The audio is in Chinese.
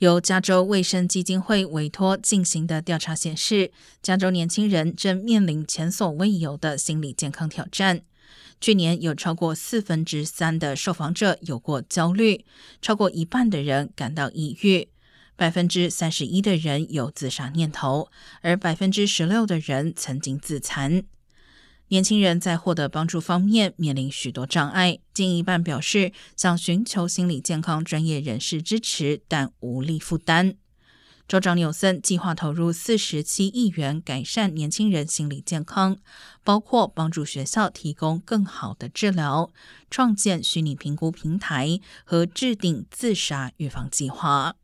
由加州卫生基金会委托进行的调查显示，加州年轻人正面临前所未有的心理健康挑战。去年有超过3%的受访者有过焦虑，超过一半的人感到抑郁，31%的人有自杀念头，而16%的人曾经自残。年轻人在获得帮助方面面临许多障碍，近一半表示想寻求心理健康专业人士支持，但无力负担。州长纽森计划投入47亿元改善年轻人心理健康，包括帮助学校提供更好的治疗、创建虚拟评估平台和制定自杀预防计划。